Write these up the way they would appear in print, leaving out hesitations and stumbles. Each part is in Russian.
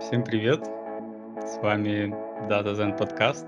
Всем привет! С вами DataZen подкаст.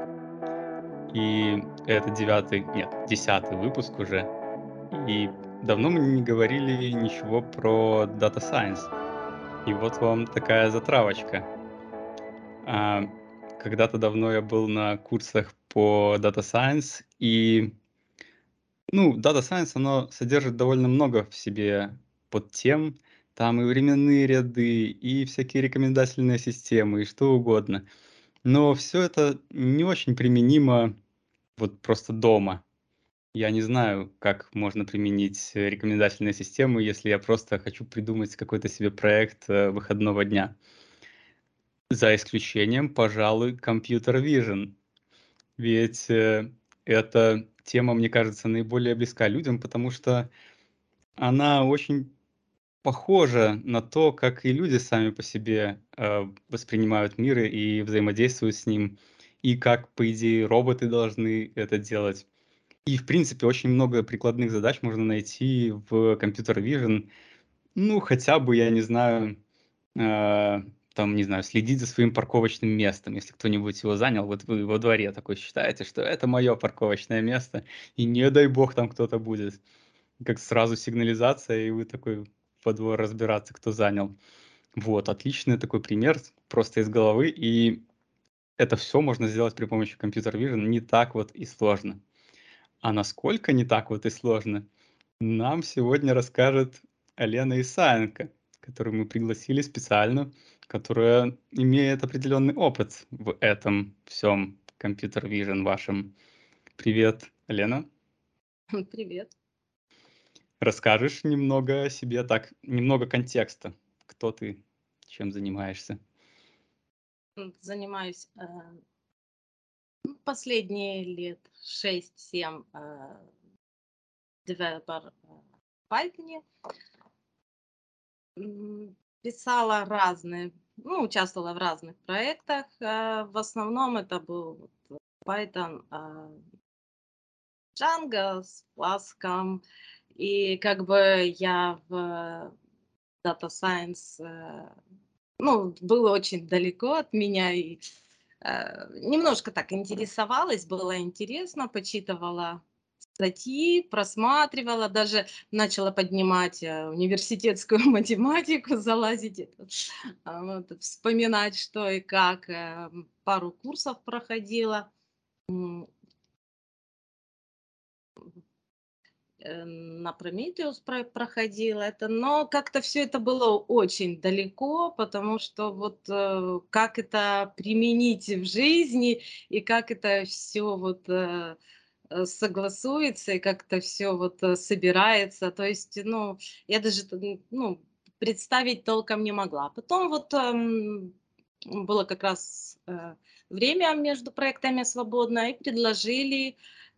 И это девятый, нет, десятый выпуск уже. И давно мы не говорили ничего про Data Science. И вот вам такая затравочка. А, Когда-то давно я был на курсах по Data Science, и, Data Science, оно содержит довольно много в себе подтем. Там и временные ряды, и всякие рекомендательные системы, и что угодно. Но все это не очень применимо вот просто дома. Я не знаю, как можно применить рекомендательные системы, если я просто хочу придумать какой-то себе проект, выходного дня. За исключением, пожалуй, компьютер vision. Ведь, эта тема, мне кажется, наиболее близка людям, потому что она очень похожа на то, как и люди сами по себе, воспринимают мир и взаимодействуют с ним, и как, по идее, роботы должны это делать. И, в принципе, очень много прикладных задач можно найти в компьютер vision. Ну, хотя бы, я не знаю, а, там, не знаю, следить за своим парковочным местом. Если кто-нибудь его занял, вот вы во дворе такой считаете, что это мое парковочное место, и не дай бог там кто-то будет. Как сразу сигнализация, и вы такой во двор разбираться, кто занял. Вот, отличный такой пример, просто из головы. И это все можно сделать при помощи компьютер vision не так вот и сложно. А насколько не так вот и сложно, нам сегодня расскажет Алена Исаенко, которую мы пригласили специально, которая имеет определенный опыт в этом всем компьютер vision вашем. Привет, Алена. Привет. Расскажешь немного о себе, так, немного контекста. Кто ты, чем занимаешься? Занимаюсь последние лет 6-7 девелопер в Python. Писала разные, участвовала в разных проектах. В основном это был вот Python, Django с Flask. И как бы я в Data Science, было очень далеко от меня, и немножко так интересовалась, было интересно, почитывала статьи, просматривала, даже начала поднимать университетскую математику, залазить, вот, вспоминать, что и как. Пару курсов проходила. м, на Prometheus проходила это, но как-то все это было очень далеко, потому что вот, как это применить в жизни и как это все вот, согласуется, и как это все вот, собирается. То есть, я даже представить толком не могла. Потом вот, было как раз, время между проектами свободное, и предложили,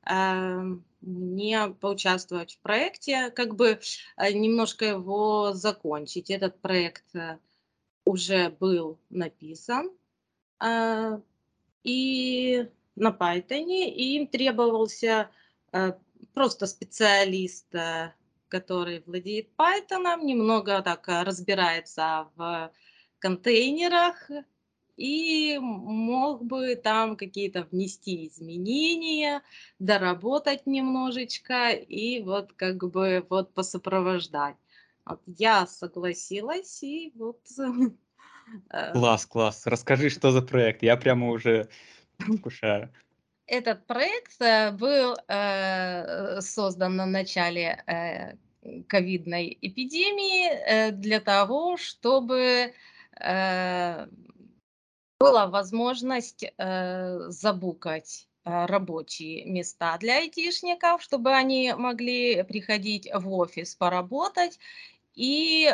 мне поучаствовать в проекте, как бы, немножко его закончить. Этот проект, уже был написан, а, и на "Пайтоне", и им требовался, э, просто специалист, который владеет "Пайтоном", немного так, разбирается в контейнерах и мог бы там какие-то внести изменения, доработать немножечко и вот как бы вот посопровождать. Вот я согласилась и вот, э Класс, класс. Расскажи, что за проект. Я прямо уже предвкушаю. Этот проект, был, создан на начале, ковидной эпидемии, для того, чтобы, э, была возможность, забукать, рабочие места для айтишников, чтобы они могли приходить в офис поработать. И,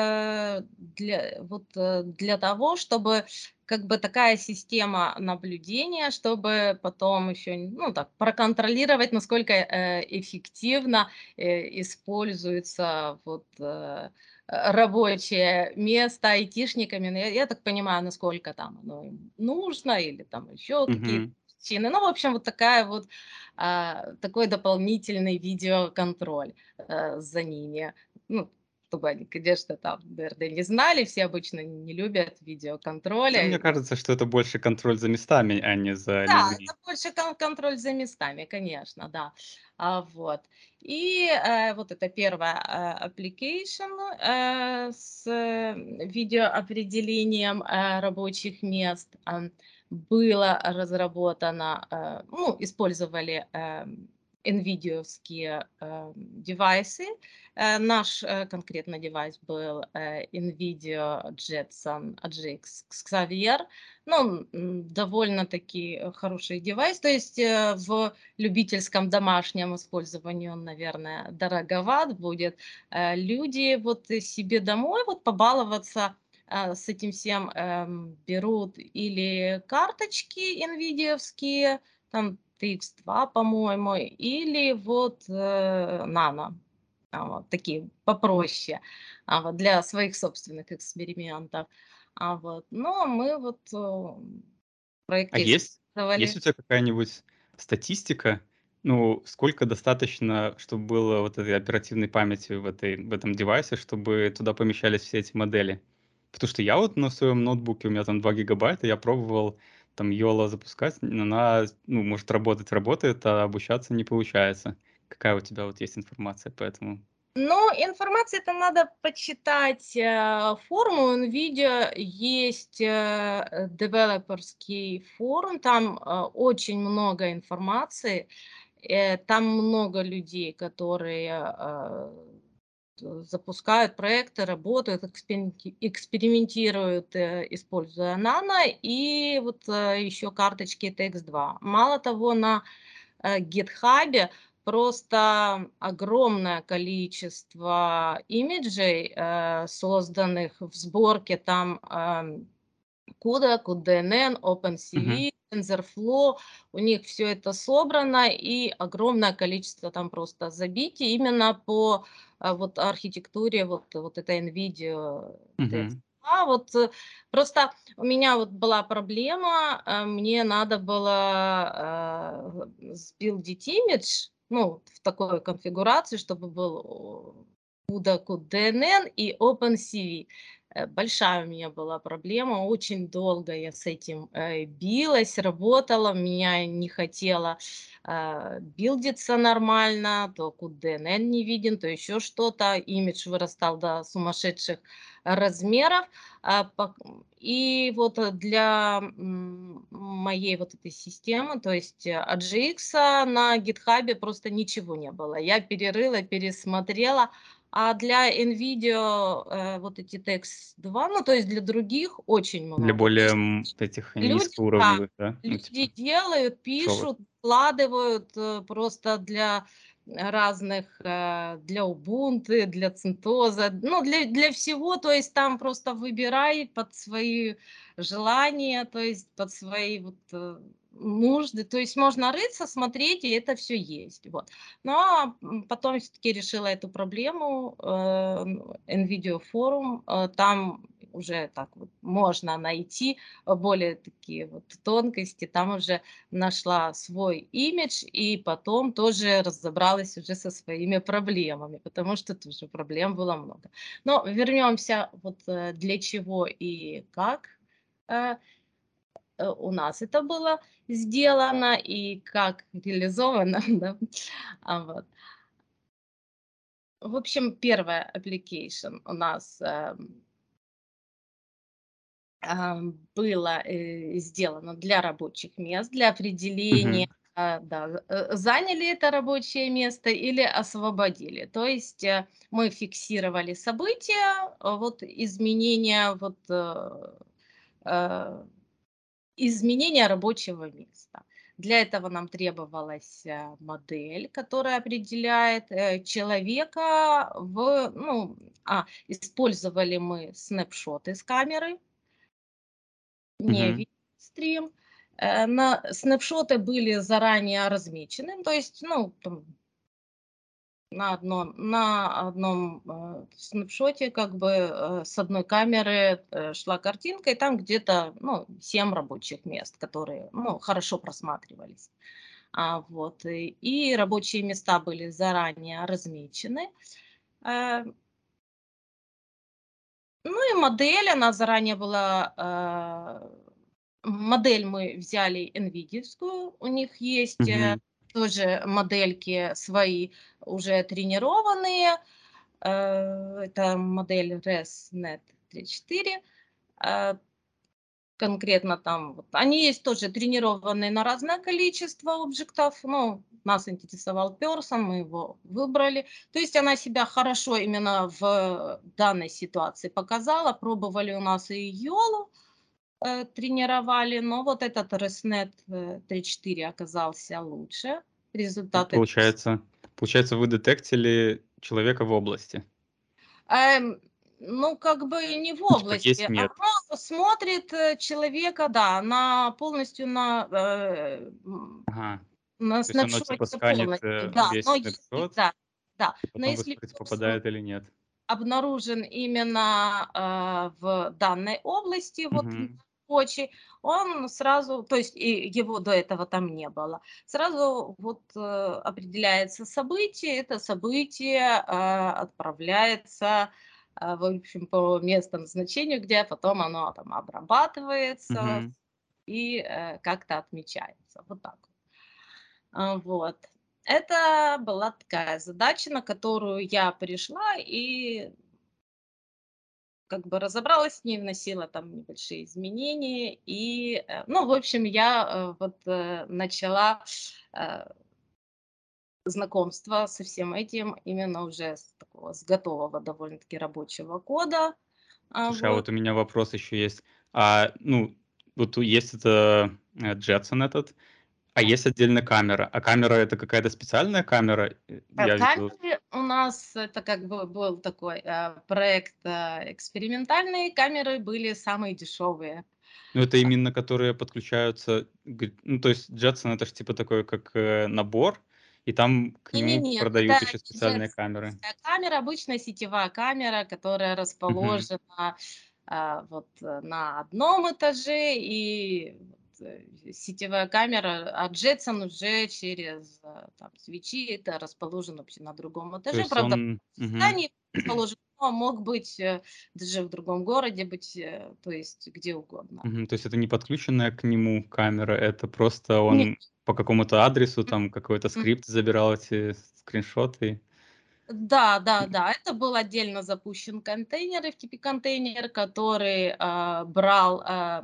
для того, чтобы как бы такая система наблюдения, чтобы потом еще, так проконтролировать, насколько, эффективно, используется вот, рабочее место айтишниками. Ну, я так понимаю, насколько там оно им нужно или там еще какие-то Мгм. причины. Ну, в общем, вот такая вот, такой дополнительный видеоконтроль, за ними. Ну, чтобы они, конечно, там, наверное, не знали, все обычно не любят Да, видеоконтроля. мне кажется, что это больше контроль за местами, а не за Да, людьми. это больше контроль за местами, конечно, да. Вот. И вот это первое application с видеоопределением рабочих мест было разработано, ну, использовали NVIDIA-овские девайсы. Наш конкретно девайс был NVIDIA Jetson GX Xavier. Ну, довольно-таки хороший девайс. То есть в любительском домашнем использовании он, наверное, дороговат будет. Люди вот себе домой вот побаловаться с этим всем берут или карточки NVIDIA-овские, там TX2, по-моему, или вот Nano. Вот, такие попроще, вот, для своих собственных экспериментов. Вот. Но мы вот в А проекте есть использовали. у тебя какая-нибудь статистика? Ну, сколько достаточно, чтобы было вот этой оперативной памяти в этом девайсе, чтобы туда помещались все эти модели? Потому что я вот на своем ноутбуке, у меня там 2 гигабайта, я пробовал там YOLO запускать, но она, ну, может работать, работает, а обучаться не получается. Какая у тебя вот есть информация по этому? Но информации это надо почитать форум. У NVIDIA есть девелоперский форум, там очень много информации, там много людей, которые запускают проекты, работают, экспериментируют, используя нано, и вот еще карточки TX2. Мало того, на «Гитхабе» просто огромное количество имиджей, созданных в сборке. Там CUDA, cuDNN, Мгм. OpenCV, TensorFlow. У них все это собрано, и огромное количество там просто забитий именно по вот архитектуре вот этой NVIDIA TX. Мгм. Вот просто у меня вот была проблема, мне надо было сбилдить имидж, ну, в такой конфигурации, чтобы был CUDA, cuDNN и OpenCV. Большая у меня была проблема, очень долго я с этим билась, работала, меня не хотела билдиться нормально, то CUDNN не виден, то еще что-то, имидж вырастал до сумасшедших размеров. И вот для моей вот этой системы, то есть AGX на GitHub просто ничего не было. Я перерыла, пересмотрела, а для NVIDIA, вот эти TX2, ну, то есть для других очень Для много. То более, есть этих люди, да, низкоуровневых, да? Ну, люди типа делают, шовок. пишут, вкладывают просто для разных, для Ubuntu, для CentOS, ну, для всего, то есть там просто выбирай под свои желания, то есть под свои вот нужды, то есть можно рыться, смотреть, и это все есть, вот. Но потом все-таки решила эту проблему, NVIDIA форум, там уже так вот можно найти более такие вот тонкости, там уже нашла свой имидж и потом тоже разобралась уже со своими проблемами, потому что тоже проблем было много. Но вернемся вот для чего и как э, у нас это было сделано и как реализовано, да. Вот. В общем, первое application у нас было, сделано для рабочих мест, для определения, Мгм. да, заняли это рабочее место или освободили. То есть, мы фиксировали события, вот изменения, вот, э, изменения рабочего места. Для этого нам требовалась, модель, которая определяет, человека в, ну, использовали мы снапшоты с камеры, не Мгм. видеострим. На снапшоты были заранее размечены, то есть, ну, там на одном снапшоте как бы, с одной камеры, шла картинка, и там где-то, ну, 7 рабочих мест, которые, ну, хорошо просматривались. Вот, и рабочие места были заранее размечены. Э Ну и модель, она заранее была, модель мы взяли NVIDIA-вскую, у них есть, Мгм. тоже модельки свои уже тренированные. Это модель ResNet 34. Э, Конкретно там вот они есть тоже тренированные на разное количество объектов. Ну, нас интересовал Person, мы его выбрали. То есть она себя хорошо именно в данной ситуации показала. Пробовали у нас и Йолу, тренировали, но вот этот ResNet 3.4 оказался лучше. Ну, Результаты. получается, вы детектили человека в области. Эм, ну, как бы не в Ну, типа есть, области. нет. Оно смотрит, человека, да, на полностью Ага. на То есть оно типа снапшоте сканит, полностью, да. весь Но если снапшот да, да. и Но потом вы если смотрите, персон попадает или нет. обнаружен именно, в данной области, вот в Мгм. Сочи, он сразу, то есть и его до этого там не было, сразу вот, определяется событие, это событие, отправляется, в общем, по месту назначению, где потом оно там обрабатывается Мгм. и, как-то отмечается. Вот так вот. Вот. Это была такая задача, на которую я пришла и как бы разобралась с ней, вносила там небольшие изменения. И, ну, в общем, я вот начала э, знакомство со всем этим именно уже с такого, с готового довольно-таки рабочего кода. Слушай, а Вот. вот у меня вопрос еще есть. Ну, вот есть это, Jetson этот, а есть отдельно камера. А камера — это какая-то специальная камера? Я видел. Камеры у нас, это как бы был такой проект экспериментальный, камеры были самые дешевые. Ну, это именно которые подключаются ну, то есть Jetson — это ж типа такой, как, набор, и там к нему Не-не-не, это продают еще специальные камеры. джетсоновская камера, обычная сетевая камера, которая Мгм. расположена, вот, на одном этаже. И вот, сетевая камера, а Jetson уже через, там свечи, это расположен вообще на другом То этаже. есть Правда, он в здании расположен, но мог быть, даже в другом городе быть, то есть где угодно. То есть это не подключенная к нему камера, это просто Не он по какому-то адресу, там какой-то скрипт забирал эти скриншоты. Да, да, да, это был отдельно запущен контейнер, FTP-контейнер, который, брал,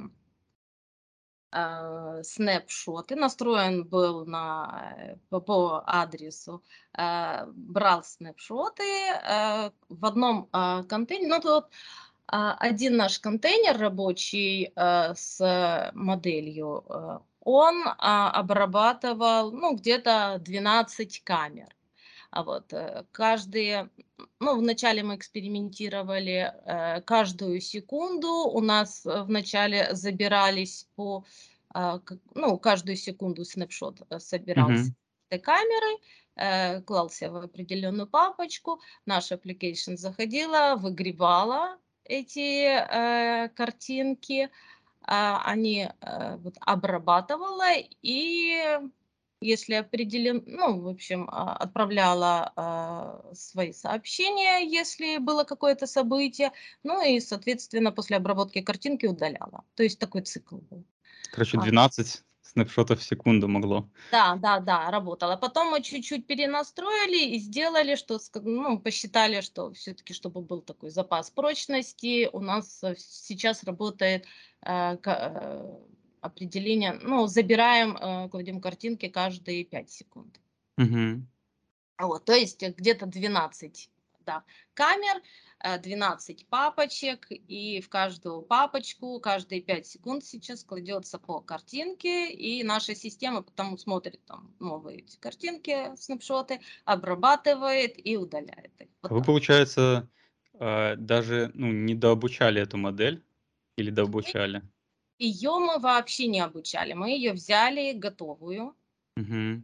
снапшоты, настроен был по адресу, брал снапшоты, в одном, контейнере. Ну, тут, один наш контейнер рабочий, с моделью, он, обрабатывал, ну, где-то 12 камер. Вот, каждые, ну, вначале мы экспериментировали, каждую секунду у нас, вначале забирались по, ну, каждую секунду снапшот, собирался Мгм. с этой камеры, клался в определенную папочку, наша application заходила, выгребала эти, картинки, они, вот обрабатывала и если определен, ну, в общем, отправляла, свои сообщения, если было какое-то событие, ну и, соответственно, после обработки картинки удаляла. То есть такой цикл был. Короче, А, 12 снапшотов в секунду могло. да, да, да, работала. Потом мы чуть-чуть перенастроили и сделали, что, ну, посчитали, что все-таки, чтобы был такой запас прочности, у нас сейчас работает определение, ну, забираем, кладем картинки каждые 5 секунд. Мгм. Вот, то есть где-то 12, да, камер, 12 папочек, и в каждую папочку каждые 5 секунд сейчас кладется по картинке, и наша система потом смотрит там новые эти картинки, снапшоты, обрабатывает и удаляет их. А Вот вы, так. получается, даже, ну, не дообучали эту модель или дообучали? Ее мы вообще не обучали, мы ее взяли готовую, Мгм.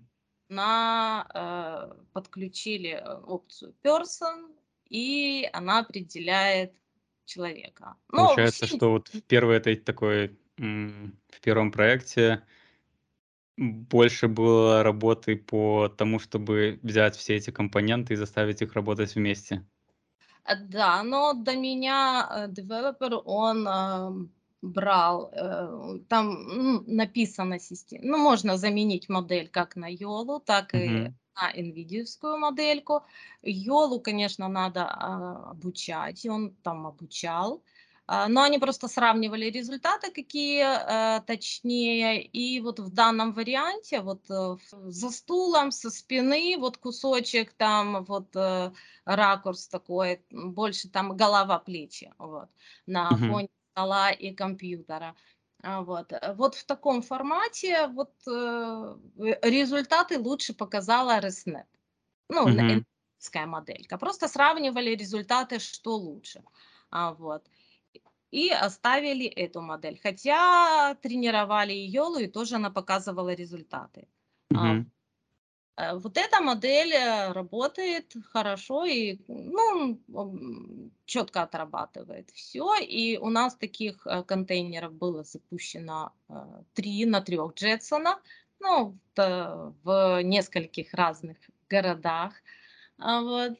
подключили опцию Person, и она определяет человека. Но Получается, вообще что вот в первой этой такой, в первом проекте больше было работы по тому, чтобы взять все эти компоненты и заставить их работать вместе. Да, но до меня, девелопер, он, брал, там, написано ну, можно заменить модель как на Йолу, так и Мгм. на NVIDIA-вскую модельку. Йолу, конечно, надо, обучать, и он там обучал. Но они просто сравнивали результаты, какие, точнее. И вот в данном варианте, вот, за стулом, со спины, вот кусочек там, вот, ракурс такой, больше там голова, плечи, вот, на Мгм. фоне стола и компьютера. Вот. Вот в таком формате вот, результаты лучше показала ResNet. Ну, Мгм. моделька. Просто сравнивали результаты, что лучше. Вот. И оставили эту модель. Хотя тренировали и Йолу, и тоже она показывала результаты. А Мгм. Вот эта модель, работает хорошо и, ну, четко отрабатывает все. И у нас таких, контейнеров было запущено, 3 на 3 Джетсонах, ну, в нескольких разных городах. Вот.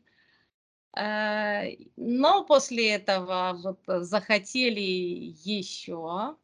Но после этого вот, захотели еще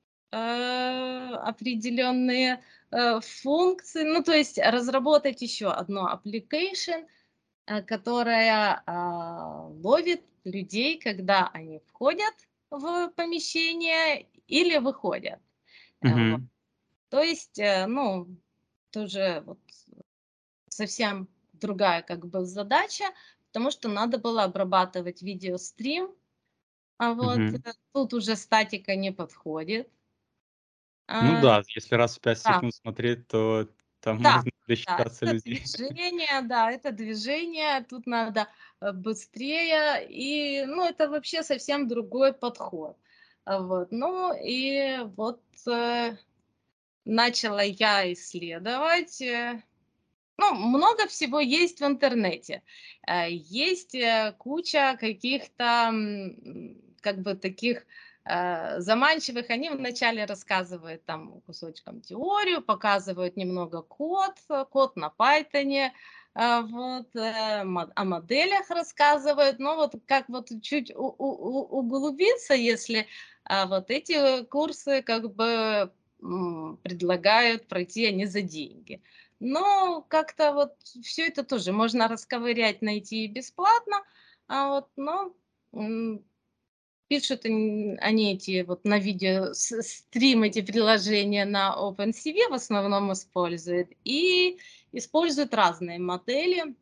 определенные, функции. Ну, то есть разработать еще одно application, которое, ловит людей, когда они входят в помещение или выходят. Вот. Мгм. То есть, ну, тоже вот совсем другая как бы задача, потому что надо было обрабатывать видеострим, вот, Мгм. тут уже статика не подходит. Ну А, да, если раз в 5 да. секунд смотреть, то там Да, можно да, досчитаться это людей. движение, да, это движение, тут надо, быстрее, и, ну, это вообще совсем другой подход. Вот, ну, и вот, начала я исследовать, ну, много всего есть в интернете. Есть, куча каких-то, как бы таких, заманчивых. Они вначале рассказывают там кусочком теорию, показывают немного код на "Пайтоне", вот, о моделях рассказывают. Но вот как вот чуть углубиться, если, вот эти курсы как бы, предлагают пройти они за деньги. Но как-то вот все это тоже можно расковырять, найти и бесплатно. Вот, но, м, пишут они эти вот на видео стрим, эти приложения на OpenCV в основном используют. И используют разные модели.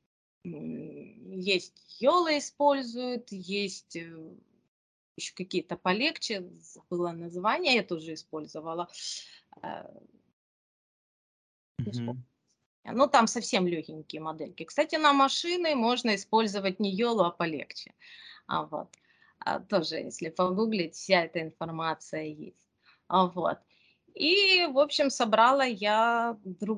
Есть Йола используют, есть, еще какие-то полегче, забыла название, я тоже использовала. Э, Мгм. Ну, там совсем легенькие модельки. Кстати, на машины можно использовать не Йолу, а полегче. Вот. Тоже, если погуглить, вся эта информация есть. Вот. И, в общем, собрала я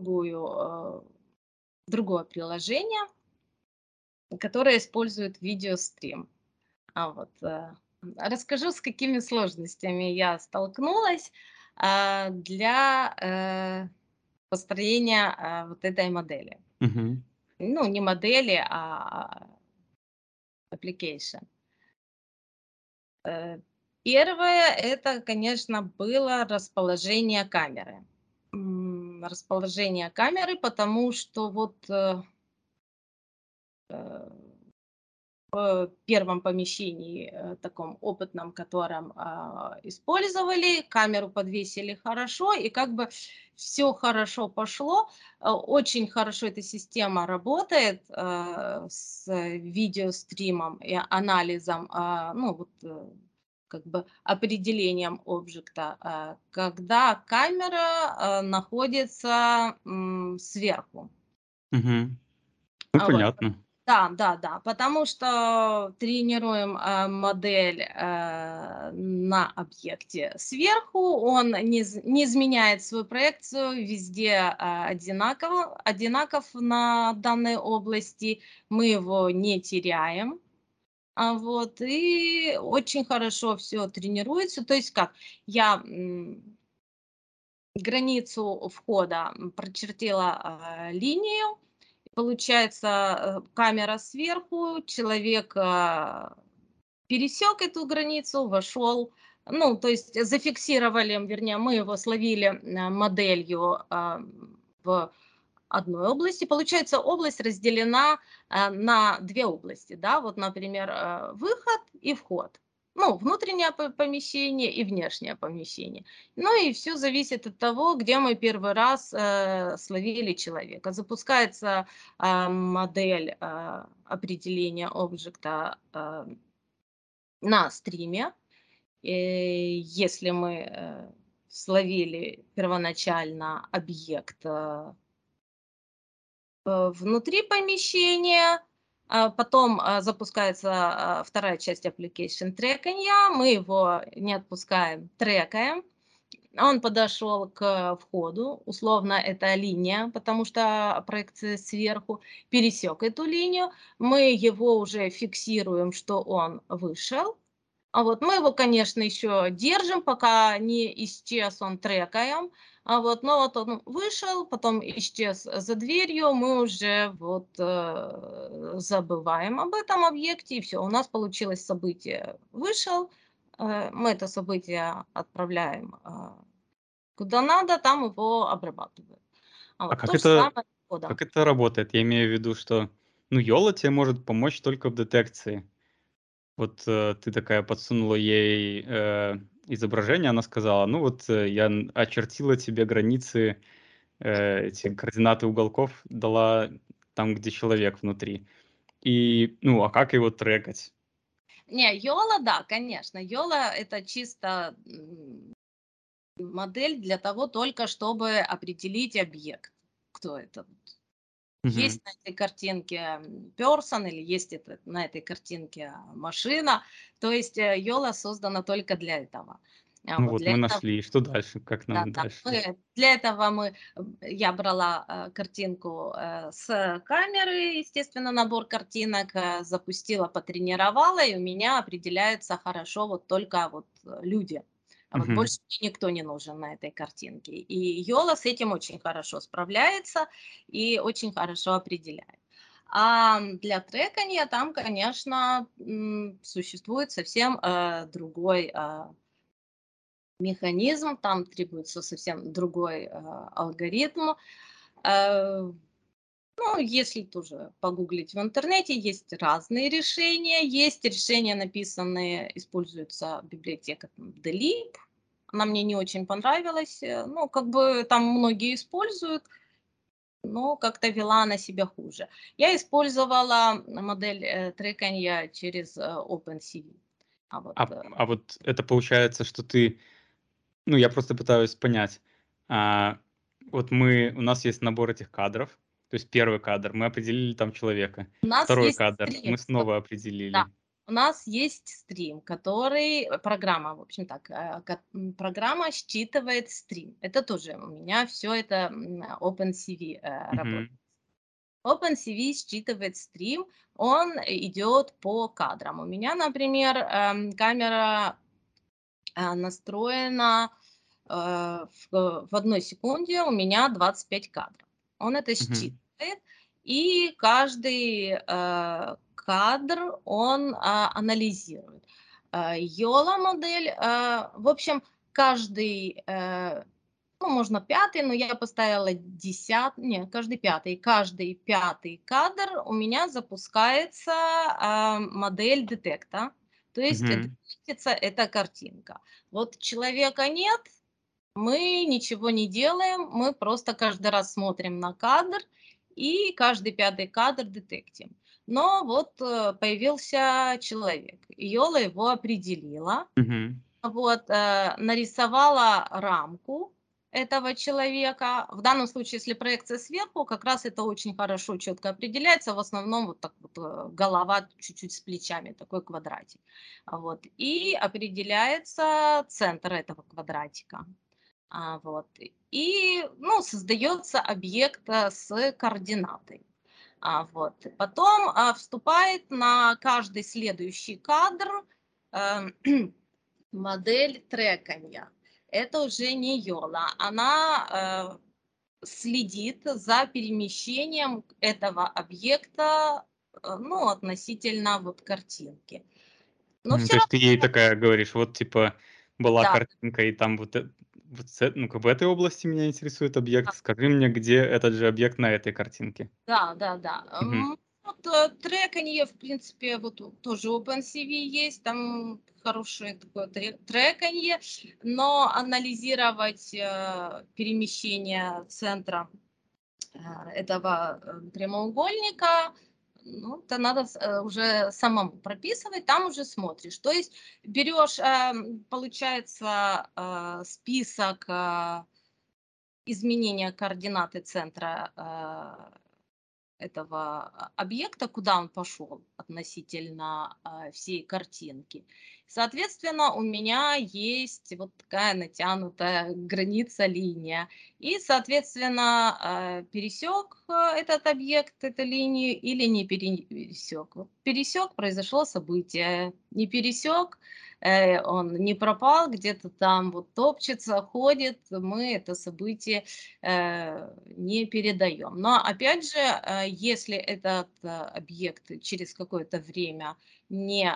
другое приложение, которое использует видеострим. Вот. Расскажу, с какими сложностями я столкнулась, для, построения, вот этой модели. Мгм. Ну, не модели, application. Э, Первое — это, конечно, было расположение камеры. Расположение камеры, потому что вот, э, в первом помещении, таком опытном, котором, использовали, камеру подвесили хорошо, и как бы все хорошо пошло. Очень хорошо эта система работает, с видеостримом и анализом, ну вот, как бы определением объекта, когда камера, находится, сверху. Мгм. Ну, Вот. понятно. Да, да, да, потому что тренируем, модель, на объекте сверху, он не изменяет свою проекцию, везде, одинаков на данной области, мы его не теряем. Вот, и очень хорошо все тренируется. То есть как, я, границу входа, прочертила, линию, получается, камера сверху, человек пересек эту границу, вошел, ну, то есть зафиксировали, вернее, мы его словили моделью в одной области. Получается, область разделена на две области, да, вот, например, выход и вход. Ну, внутреннее помещение и внешнее помещение. Ну и все зависит от того, где мы первый раз словили человека. Запускается модель определения объекта на стриме. Если мы словили первоначально объект внутри помещения, потом запускается вторая часть application треканья, мы его не отпускаем, трекаем. Он подошел к входу, условно это линия, потому что проекция сверху, пересек эту линию, мы его уже фиксируем, что он вышел, вот мы его, конечно, еще держим, пока не исчез, он трекаем. Но вот он вышел, потом исчез за дверью, мы уже вот забываем об этом объекте, и все, у нас получилось событие. Вышел, мы это событие отправляем куда надо, там его обрабатывают. А То же самое с кодом. как это работает? Я имею в виду, что, ну, Йола тебе может помочь только в детекции. Вот, ты такая подсунула ей, изображение, она сказала: "Ну вот, я очертила тебе границы, эти координаты уголков дала там, где человек внутри". И, ну, а как его трекать? Не, Йола, да, конечно. Йола это чисто модель для того только, чтобы определить объект. Кто это? Мгм. Есть на этой картинке person или есть на этой картинке машина. То есть Йола создана только для этого. Ну Вот вот для мы этого, нашли. Что дальше? Как да, нам да. дальше? Для этого я брала картинку с камеры, естественно, набор картинок, запустила, потренировала, и у меня определяется хорошо вот только вот люди. А вот Мгм. больше мне никто не нужен на этой картинке. И Йола с этим очень хорошо справляется и очень хорошо определяет. А для трекания там, конечно, существует совсем другой механизм, там требуется совсем другой алгоритм. Э, ну, если тоже погуглить в интернете, есть разные решения. Есть решения, написанные, используется библиотека там, Delib. Она мне не очень понравилась. Ну, как бы там многие используют, но как-то вела она себя хуже. Я использовала модель треканья через OpenCV. А вот, А вот это получается, что ты ну, я просто пытаюсь понять. А, вот у нас есть набор этих кадров. То есть первый кадр, мы определили там человека. у нас Второй есть кадр стрим. мы снова Да, определили. у нас есть стрим, который программа, в общем так, программа считывает стрим. Это тоже у меня все это OpenCV работает. Мгм. OpenCV считывает стрим, он идет по кадрам. У меня, например, камера настроена в 1 секунде у меня 25 кадров. Он это Мгм. считывает, и каждый, кадр он, анализирует. Йола модель, в общем, каждый, ну, можно пятый, но я поставила 10, не, каждый пятый кадр у меня запускается, модель детекта, то есть Мгм. детектится эта картинка. Вот человека нет, мы ничего не делаем, мы просто каждый раз смотрим на кадр и каждый пятый кадр детектим. Но вот появился человек, Йола его определила, Мгм. вот, нарисовала рамку этого человека. В данном случае, если проекция сверху, как раз это очень хорошо, четко определяется. В основном вот так вот голова чуть-чуть с плечами, такой квадратик. Вот. И определяется центр этого квадратика. Вот. И, ну, создается объект с координатой. Вот. Потом вступает на каждый следующий кадр эм, модель треканья. Это уже не Йола. Она следит за перемещением этого объекта, ну, относительно вот картинки. Но все То есть равно, ты ей такая говоришь: "Вот, типа, была да, картинка, и там вот ну, как бы в этой области меня интересует объект. да, Скажи мне, где этот же объект на этой картинке". да. Мгм. Вот, треканье, в принципе, вот тоже у OpenCV есть, там хорошее такое треканье, но анализировать, перемещение центра этого, прямоугольника, ну, это надо уже самому прописывать, там уже смотришь. То есть берешь, получается, список изменения координаты центра этого объекта, куда он пошел относительно всей картинки. Соответственно, у меня есть вот такая натянутая граница, линия. И, соответственно, пересек этот объект, эту линию или не пересек. Вот пересек, произошло событие. Не пересек, он не пропал, где-то там вот топчется, ходит, мы это событие не передаем. Но опять же, если этот объект через какое-то время не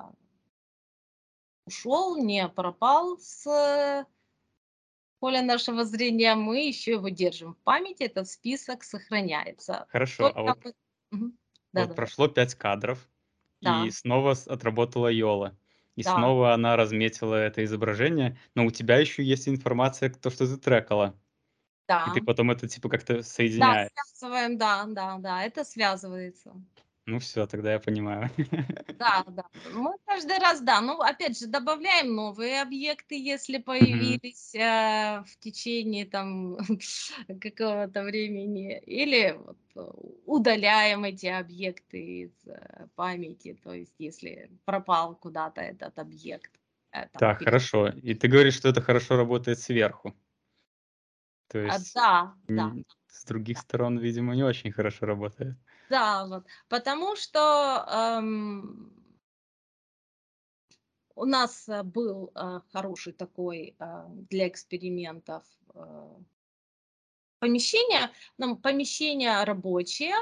ушел, не пропал с поля нашего зрения, мы еще его держим в памяти, этот список сохраняется. Хорошо, а Только вот. Мгм. вот Да-да-да. прошло 5 кадров, и Да, снова отработала Йола, и да, снова она разметила это изображение, но у тебя еще есть информация, то, что ты трекала, и ты да. потом это типа как-то Да, соединяешь. связываем, да, это связывается. Ну все, тогда я понимаю. Да, да. Мы каждый раз, да. Ну, опять же, добавляем новые объекты, если Мгм. появились, в течение там какого-то времени, или вот, удаляем эти объекты из, памяти. То есть если пропал куда-то этот объект, там Так, хорошо. И ты говоришь, что это хорошо работает сверху. То есть, да, да, с других да. сторон, видимо, не очень хорошо работает. Да, вот. Потому что, у нас, был, хороший такой, для экспериментов, помещение рабочее,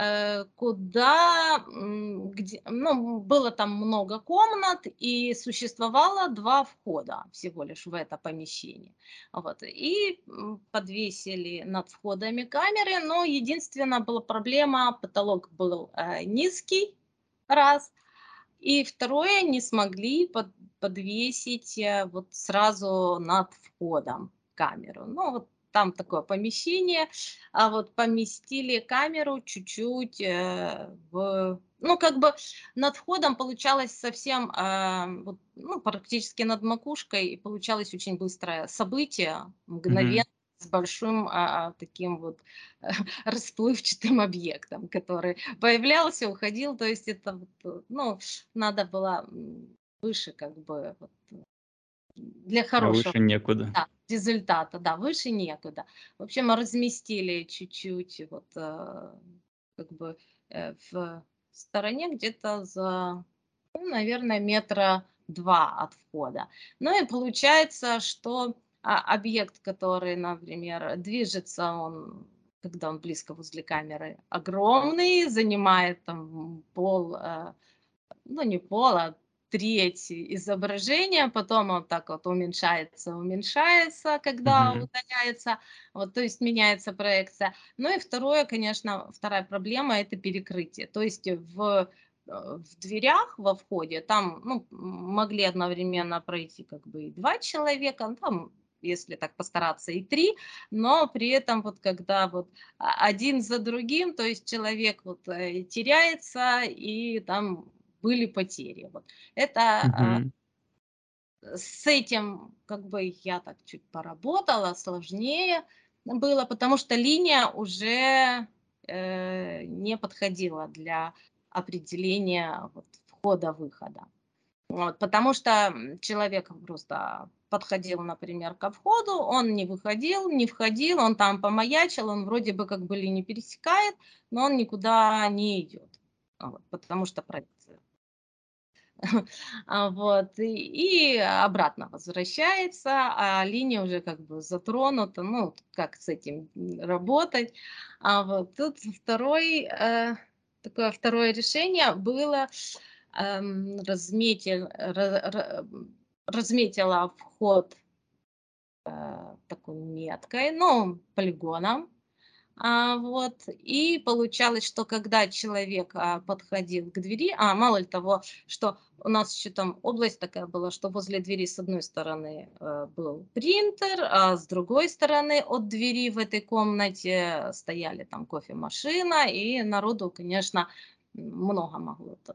куда, где, ну, было там много комнат, и существовало 2 входа всего лишь в это помещение. Вот. И, подвесили над входами камеры, но единственная была проблема: потолок был, низкий, раз, и второе, не смогли подвесить, вот сразу над входом камеру. Ну, вот там такое помещение, а вот поместили камеру чуть-чуть, ну, как бы над входом получалось совсем, вот, ну, практически над макушкой, и получалось очень быстрое событие, Мгм. мгновенно, с большим, таким вот расплывчатым объектом, который появлялся, уходил. То есть это вот, ну, надо было, выше как бы вот, для А хорошего, выше некуда. да, результата, да, выше некуда. В общем, мы разместили чуть-чуть вот, как бы, в стороне где-то за, ну, наверное, метра 2 от входа. Ну и получается, что, объект, который, например, движется, он, когда он близко возле камеры, огромный, занимает там пол, ну, не пол, а треть изображения, потом он так вот уменьшается, когда Мгм. удаляется, вот, то есть меняется проекция. Ну и второе, конечно, вторая проблема — это перекрытие. То есть в дверях во входе там, ну, могли одновременно пройти как бы и 2 человека, ну, там, если так постараться, и 3, но при этом вот когда вот один за другим, то есть человек вот, теряется, и там были потери. Вот. Это, Мгм. с этим как бы я так чуть поработала, сложнее было, потому что линия уже, не подходила для определения вот входа-выхода. Вот, потому что, человек просто подходил, например, ко входу, он не выходил, не входил, он там помаячил, он вроде бы как бы линию пересекает, но он никуда не идет. Вот, потому что проекция. Вот, и обратно возвращается, а линия уже как бы затронута, ну, как с этим работать. Вот тут такое второе решение было, разметила вход такой меткой, ну, полигоном. Вот, и получалось, что когда человек, подходил к двери, мало ли того, что у нас еще там область такая была, что возле двери с одной стороны, был принтер, а с другой стороны от двери в этой комнате стояли там кофемашина, и народу, конечно, много могло там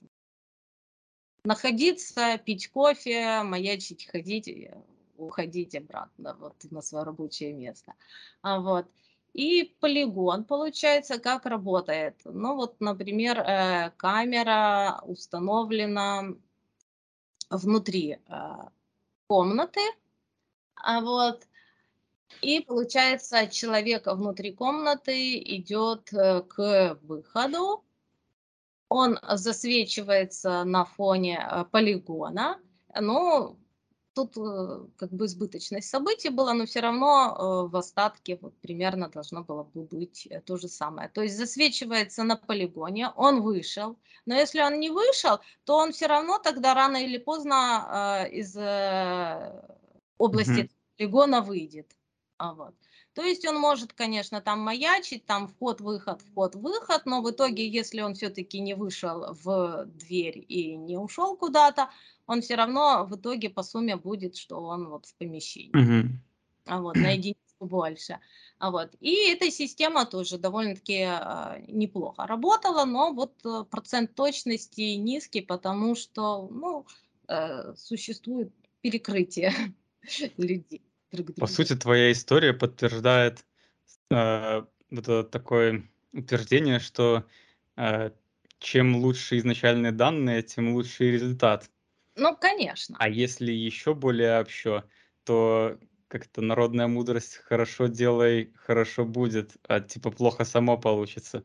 находиться, пить кофе, маячить, ходить, уходить обратно вот на свое рабочее место. Вот. И полигон, получается, как работает? Ну вот, например, камера установлена внутри комнаты, вот, и получается, человек внутри комнаты идет к выходу, он засвечивается на фоне, полигона. Но тут, как бы избыточность событий была, но все равно, в остатке вот примерно должно было бы быть, то же самое. То есть засвечивается на полигоне, он вышел, но если он не вышел, то он все равно тогда рано или поздно, из, области Мгм. полигона выйдет. Вот. То есть он может, конечно, там маячить, там вход, выход, но в итоге, если он все-таки не вышел в дверь и не ушел куда-то, он все равно в итоге по сумме будет, что он вот в помещении. Мгм. Вот, на единицу больше. Вот. И эта система тоже довольно-таки неплохо работала, но вот процент точности низкий, потому что, ну, существует перекрытие людей друг По друга. сути, твоя история подтверждает, вот это такое утверждение, что, э, чем лучше изначальные данные, тем лучше и результат. Ну, конечно. А если еще более общо, то как-то народная мудрость: "Хорошо делай, хорошо будет", а типа плохо само получится.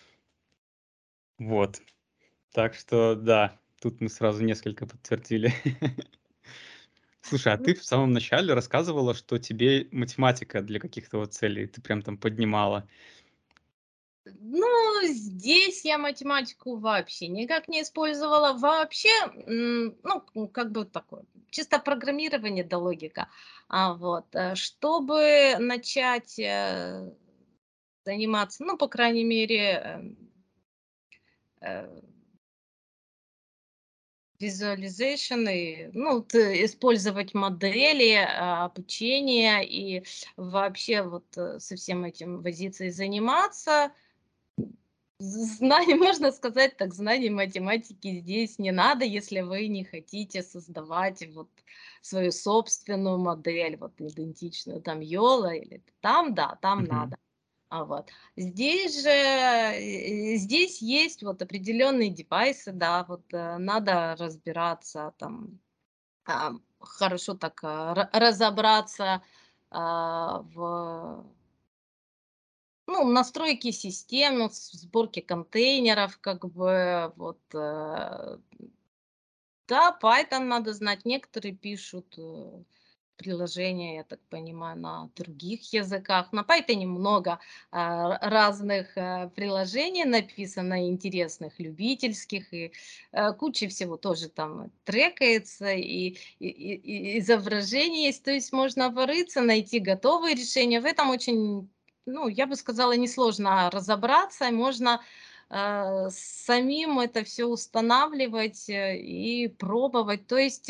Вот. Так что да, тут мы сразу несколько подтвердили. Слушай, а ты в самом начале рассказывала, что тебе математика для каких-то вот целей, ты прям там поднимала. Ну, здесь я математику вообще никак не использовала. Вообще, ну, как бы такое, чисто программирование да логика. Вот, чтобы начать заниматься, ну, по крайней мере, э, visualization, и, ну, использовать модели обучения и вообще вот со всем этим возиться и заниматься. Знаний, можно сказать так, знаний математики здесь не надо, если вы не хотите создавать вот свою собственную модель, вот идентичную там Йола или там, да, там Мгм. надо. Вот. Здесь же, здесь есть вот определенные девайсы, да, вот надо разбираться там, хорошо так разобраться в, ну, настройки системы, сборки контейнеров, как бы, вот, да, Python надо знать. Некоторые пишут приложения, я так понимаю, на других языках. На Python много разных приложений написано, интересных, любительских, и куча всего тоже там трекается, и изображение есть. То есть можно порыться, найти готовые решения. В этом очень, ну, я бы сказала, несложно разобраться. Можно самим это все устанавливать, и пробовать. То есть,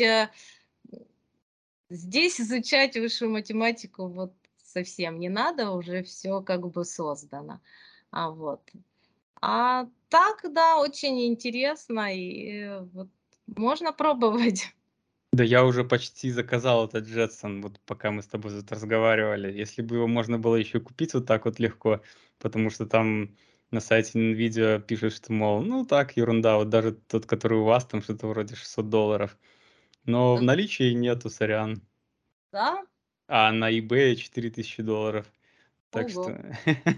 здесь изучать высшую математику вот совсем не надо, уже все как бы создано. Вот. А так, да, очень интересно, и вот можно пробовать. Да я уже почти заказал этот "Джетсон", вот пока мы с тобой тут разговаривали. Если бы его можно было еще купить вот так вот легко, потому что там на сайте "Нвидиа" пишут, что, мол, ну так, ерунда, вот даже тот, который у вас, там что-то вроде $600. Но в наличии нету, сорян. Да? А на "Ebay" $4000. Так Ого. что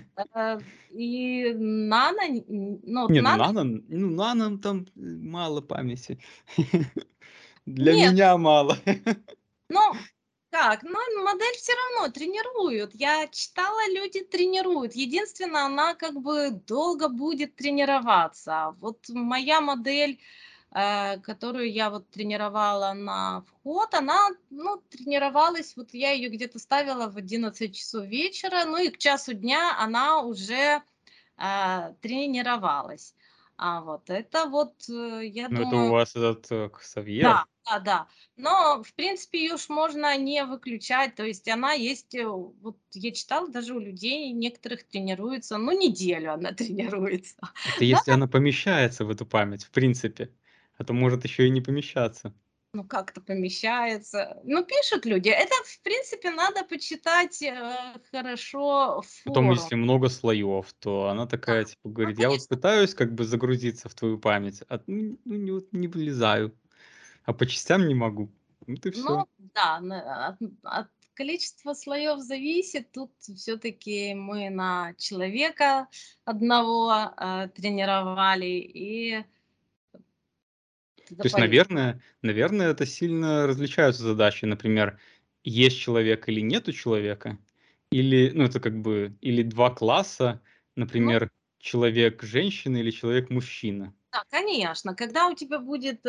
И нано, ну, вот не, ну нано нано там, мало памяти. Для нет, меня мало. ну, как, ну, модель все равно тренируют. Я читала, люди тренируют. Единственное, она как бы долго будет тренироваться. Вот моя модель, которую я вот тренировала на вход, она, ну, тренировалась, вот я ее где-то ставила в 11 часов вечера, ну и к часу дня она уже, тренировалась. А вот это вот, я Ну, это у думаю. вас этот, Да, Ксавьер. да-да. Но, в принципе, ее ж можно не выключать. То есть она есть, вот я читала, даже у людей некоторых тренируется, ну, неделю она тренируется. Это Да, если она помещается в эту память, в принципе. А то может еще и не помещаться. ну, как-то помещается. Ну, пишут люди. Это, в принципе, надо почитать, хорошо Потом, форум. если много слоев, то она Да, такая, типа, ну, говорит: "Я вот конечно. пытаюсь как бы загрузиться в твою память, а, ну, не вот не влезаю, а по частям не могу". Вот и Ну все. да, от количества слоев зависит. Тут все-таки мы на человека одного, тренировали, и это То есть, полезно. наверное, это сильно различаются задачи. Например, есть человек или нету человека, или, ну, это как бы, или 2 класса, Ну например, человек-женщина или человек-мужчина. да, конечно, когда у тебя будет,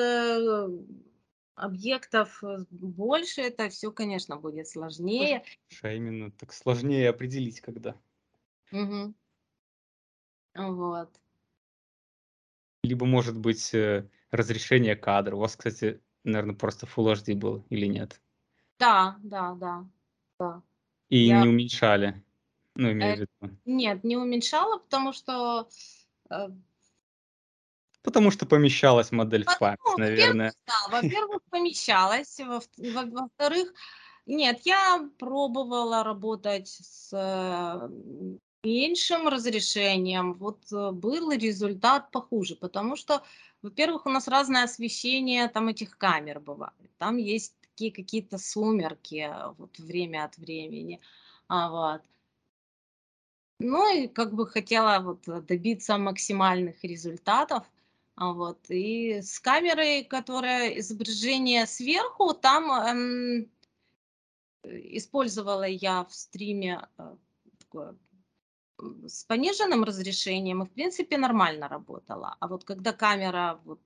объектов, больше, это все, конечно, будет сложнее. А именно так сложнее определить когда. Мгм. Вот. Либо, может быть, разрешение кадра. У вас, кстати, наверное, просто Full HD был или нет? Да, да, да, да. И Я, не уменьшали? Ну, э, имею в виду. нет, не уменьшала, потому что, э Потому что помещалась модель в память, Ну, наверное. во-первых, да, во-первых, помещалась, во-вторых, нет, я пробовала работать с, меньшим разрешением. Вот, был результат похуже, потому что, во-первых, у нас разное освещение там этих камер бывает. Там есть такие какие-то сумерки, вот время от времени. Вот. Ну и как бы хотела вот, добиться максимальных результатов. Вот. И с камерой, которая изображение сверху, там, использовала я в стриме, такое, с пониженным разрешением, и в принципе нормально работала. А вот когда камера вот,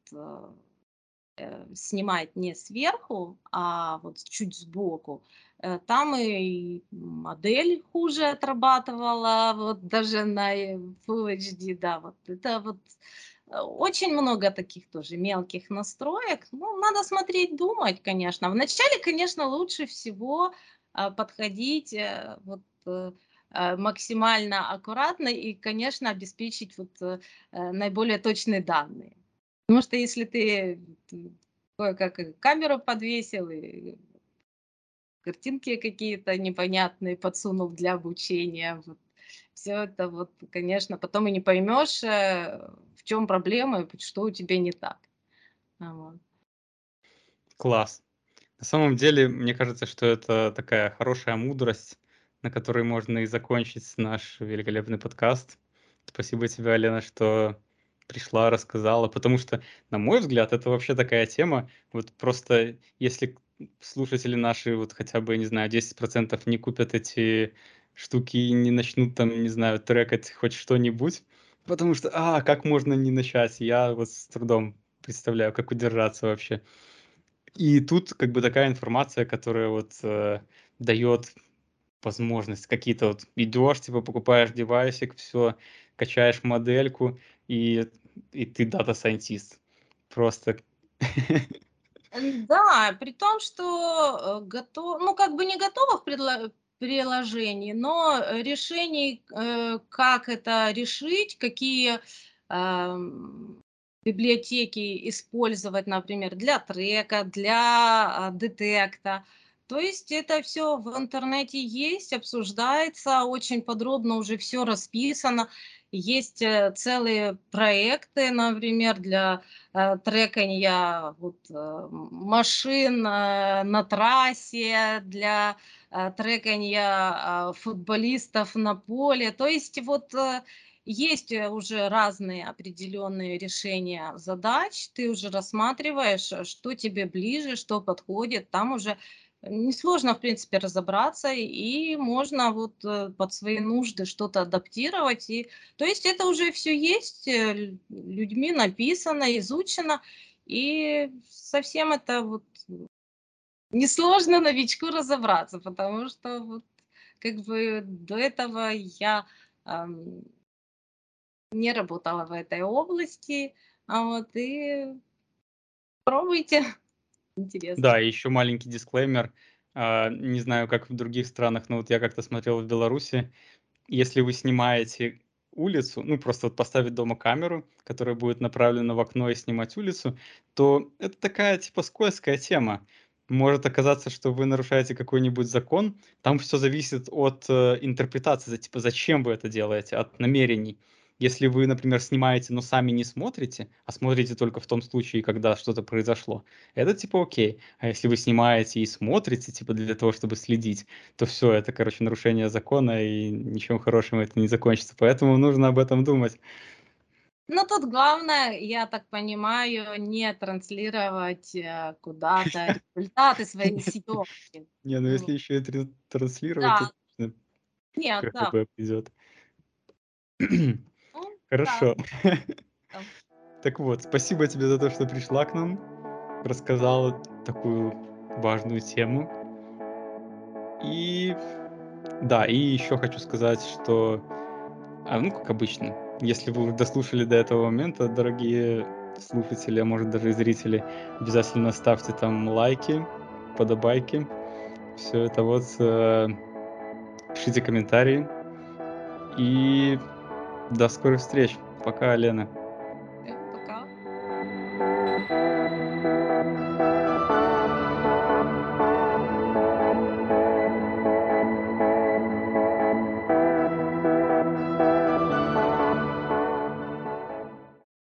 снимает не сверху, а вот чуть сбоку, там и модель хуже отрабатывала, вот даже на, Full HD, да, вот это вот, очень много таких тоже мелких настроек. Ну, надо смотреть, думать, конечно. Вначале, конечно, лучше всего, подходить, вот, максимально аккуратно и, конечно, обеспечить вот, наиболее точные данные. Потому что если ты кое-как и камеру подвесил, и картинки какие-то непонятные подсунул для обучения, вот всё это вот, конечно, потом и не поймешь, в чем проблема и что у тебя не так. Вот. Класс. На самом деле, мне кажется, что это такая хорошая мудрость, на которой можно и закончить наш великолепный подкаст. Спасибо тебе, Алена, что пришла, рассказала, потому что, на мой взгляд, это вообще такая тема. Вот просто если слушатели наши, вот хотя бы, не знаю, 10% не купят эти штуки и не начнут там, не знаю, трекать хоть что-нибудь, потому что, как можно не начать? Я вот с трудом представляю, как удержаться вообще. И тут как бы такая информация, которая вот, дает возможность какие-то вот идешь, типа покупаешь девайсик, все, качаешь модельку, и и ты дата-сайентист. Просто Да, при том, что, ну, как бы не готовых приложений, но, решений, как это решить, какие, библиотеки использовать, например, для трека, для, детекта. То есть это все в интернете есть, обсуждается, очень подробно уже все расписано. Есть, целые проекты, например, для, треканья вот, машин, на трассе, для, треканья, футболистов на поле. То есть вот, есть, уже разные определенные решения задач. Ты уже рассматриваешь, что тебе ближе, что подходит. Там уже несложно, в принципе, разобраться, и можно вот, под свои нужды что-то адаптировать. И, то есть это уже все есть, людьми написано, изучено, и совсем это вот несложно новичку разобраться, потому что вот как бы до этого я, ам, не работала в этой области, вот, и пробуйте, интересно. Да, и еще маленький дисклеймер. Не знаю, как в других странах, но вот я как-то смотрел в Беларуси. Если вы снимаете улицу, ну, просто вот поставить дома камеру, которая будет направлена в окно и снимать улицу, то это такая типа скользкая тема. Может оказаться, что вы нарушаете какой-нибудь закон. Там все зависит от интерпретации, типа зачем вы это делаете, от намерений. Если вы, например, снимаете, но сами не смотрите, а смотрите только в том случае, когда что-то произошло, это типа окей. А если вы снимаете и смотрите, типа для того, чтобы следить, то все это, короче, нарушение закона, и ничем хорошим это не закончится. Поэтому нужно об этом думать. Ну, тут главное, я так понимаю, не транслировать, куда-то результаты своей съемки. Не, ну Вот. если еще и транслировать, то Да, точно нет, да. КГБ придет. Ну да, Хорошо. да. Так вот, спасибо тебе за то, что пришла к нам, рассказала такую важную тему. И да, и еще хочу сказать, что, ну, как обычно, если вы дослушали до этого момента, дорогие слушатели, а может даже и зрители, обязательно ставьте там лайки, подобайки. Все это вот, пишите комментарии. И до скорых встреч. Пока, Лена.